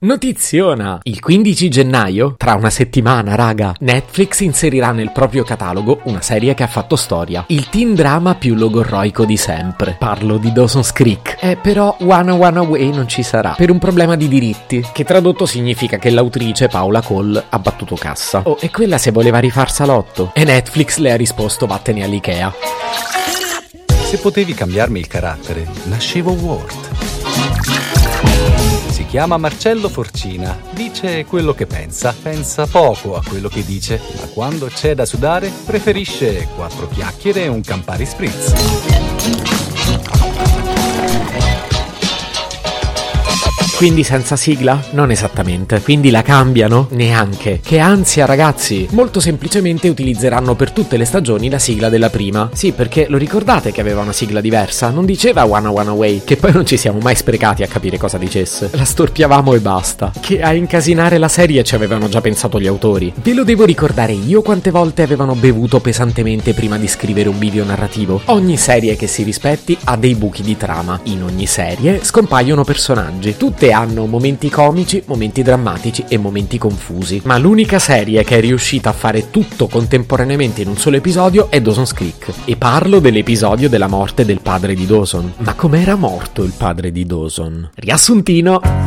Notiziona! Il 15 gennaio, tra una settimana raga, Netflix inserirà nel proprio catalogo una serie che ha fatto storia, il teen drama più logorroico di sempre. Parlo di Dawson's Creek. Però Wanna Away non ci sarà, per un problema di diritti, che tradotto significa che l'autrice Paula Cole ha battuto cassa. E quella se voleva rifar salotto. E Netflix le ha risposto vattene all'Ikea. Se potevi cambiarmi il carattere, nascevo Ward. Si chiama Marcello Forcina, dice quello che pensa poco a quello che dice, ma quando c'è da sudare preferisce 4 chiacchiere e un Campari Spritz. Quindi senza sigla? Non esattamente. Quindi la cambiano? Neanche. Che ansia ragazzi! Molto semplicemente utilizzeranno per tutte le stagioni la sigla della prima. Sì, perché lo ricordate che aveva una sigla diversa? Non diceva Wanna Away, che poi non ci siamo mai sprecati a capire cosa dicesse. La storpiavamo e basta. Che a incasinare la serie ci avevano già pensato gli autori. Ve lo devo ricordare io quante volte avevano bevuto pesantemente prima di scrivere un bivio narrativo? Ogni serie che si rispetti ha dei buchi di trama. In ogni serie scompaiono personaggi. Tutte hanno momenti comici, momenti drammatici e momenti confusi. Ma l'unica serie che è riuscita a fare tutto contemporaneamente in un solo episodio è Dawson's Creek. E parlo dell'episodio della morte del padre di Dawson. Ma com'era morto il padre di Dawson? Riassuntino.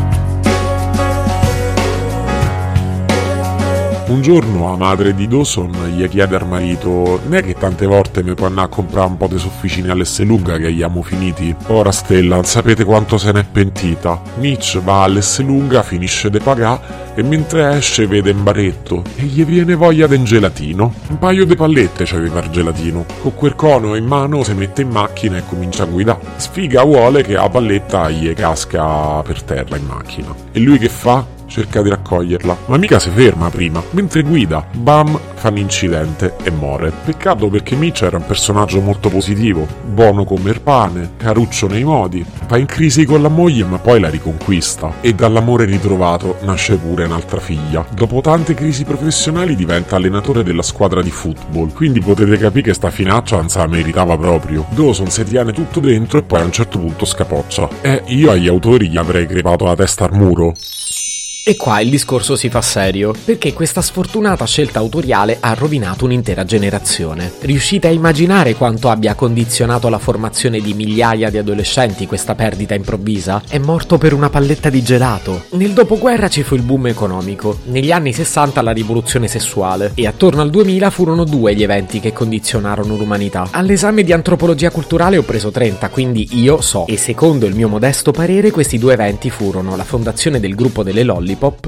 Un giorno la madre di Dawson gli chiede al marito: «Non è che tante volte mi può andare a comprare un po' di sofficine all'Esselunga che abbiamo finiti?» Ora Stella, non sapete quanto se n'è pentita. Mitch va all'Esselunga, finisce di pagare e mentre esce vede un baretto e gli viene voglia del gelatino. Un paio di pallette c'aveva il gelatino. Con quel cono in mano si mette in macchina e comincia a guidare. Sfiga vuole che la palletta gli casca per terra in macchina. E lui che fa? Cerca di raccoglierla, ma mica si ferma prima. Mentre guida, bam, fa un incidente e muore. Peccato perché Mitch era un personaggio molto positivo, buono come il pane, caruccio nei modi, va in crisi con la moglie ma poi la riconquista e dall'amore ritrovato nasce pure un'altra figlia. Dopo tante crisi professionali diventa allenatore della squadra di football, quindi potete capire che sta finaccia non se la meritava proprio. Dawson si tiene tutto dentro e poi a un certo punto scapoccia. Io agli autori gli avrei crepato la testa al muro. E qua il discorso si fa serio, perché questa sfortunata scelta autoriale ha rovinato un'intera generazione. Riuscite a immaginare quanto abbia condizionato la formazione di migliaia di adolescenti questa perdita improvvisa? È morto per una palletta di gelato. Nel dopoguerra ci fu il boom economico, negli anni 60 la rivoluzione sessuale, e attorno al 2000 furono 2 gli eventi che condizionarono l'umanità. All'esame di antropologia culturale ho preso 30, quindi io so, e secondo il mio modesto parere questi 2 eventi furono la fondazione del gruppo delle Lollipop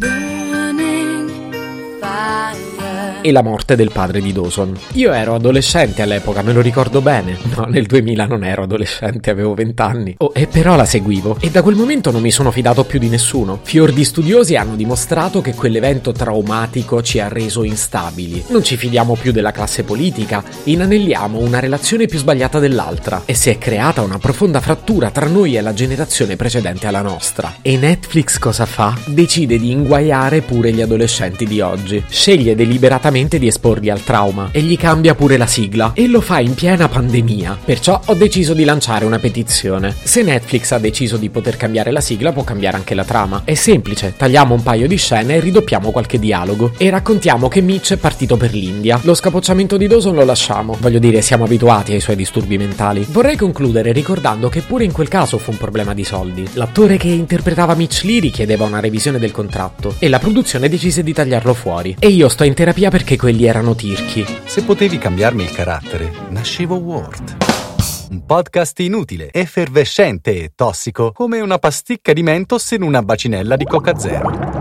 e la morte del padre di Dawson. Io ero adolescente all'epoca, me lo ricordo bene. No, nel 2000 non ero adolescente, avevo 20 anni. E però la seguivo, e da quel momento non mi sono fidato più di nessuno. Fior di studiosi hanno dimostrato che quell'evento traumatico ci ha reso instabili. Non ci fidiamo più della classe politica, inanelliamo una relazione più sbagliata dell'altra, e si è creata una profonda frattura tra noi e la generazione precedente alla nostra. E Netflix cosa fa? Decide di inguaiare pure gli adolescenti di oggi. Sceglie deliberatamente di esporli al trauma e gli cambia pure la sigla, e lo fa in piena pandemia. Perciò ho deciso di lanciare una petizione. Se Netflix ha deciso di poter cambiare la sigla, può cambiare anche la trama. È semplice, tagliamo un paio di scene e ridoppiamo qualche dialogo e raccontiamo che Mitch è partito per l'India. Lo scapocciamento di Dawson lo lasciamo, voglio dire, siamo abituati ai suoi disturbi mentali. Vorrei concludere ricordando che pure in quel caso fu un problema di soldi. L'attore che interpretava Mitch Lee richiedeva una revisione del contratto e la produzione decise di tagliarlo fuori, e io sto in terapia perché quelli erano tirchi. Se potevi cambiarmi il carattere, nascevo Ward. Un podcast inutile, effervescente e tossico, come una pasticca di Mentos in una bacinella di Coca Zero.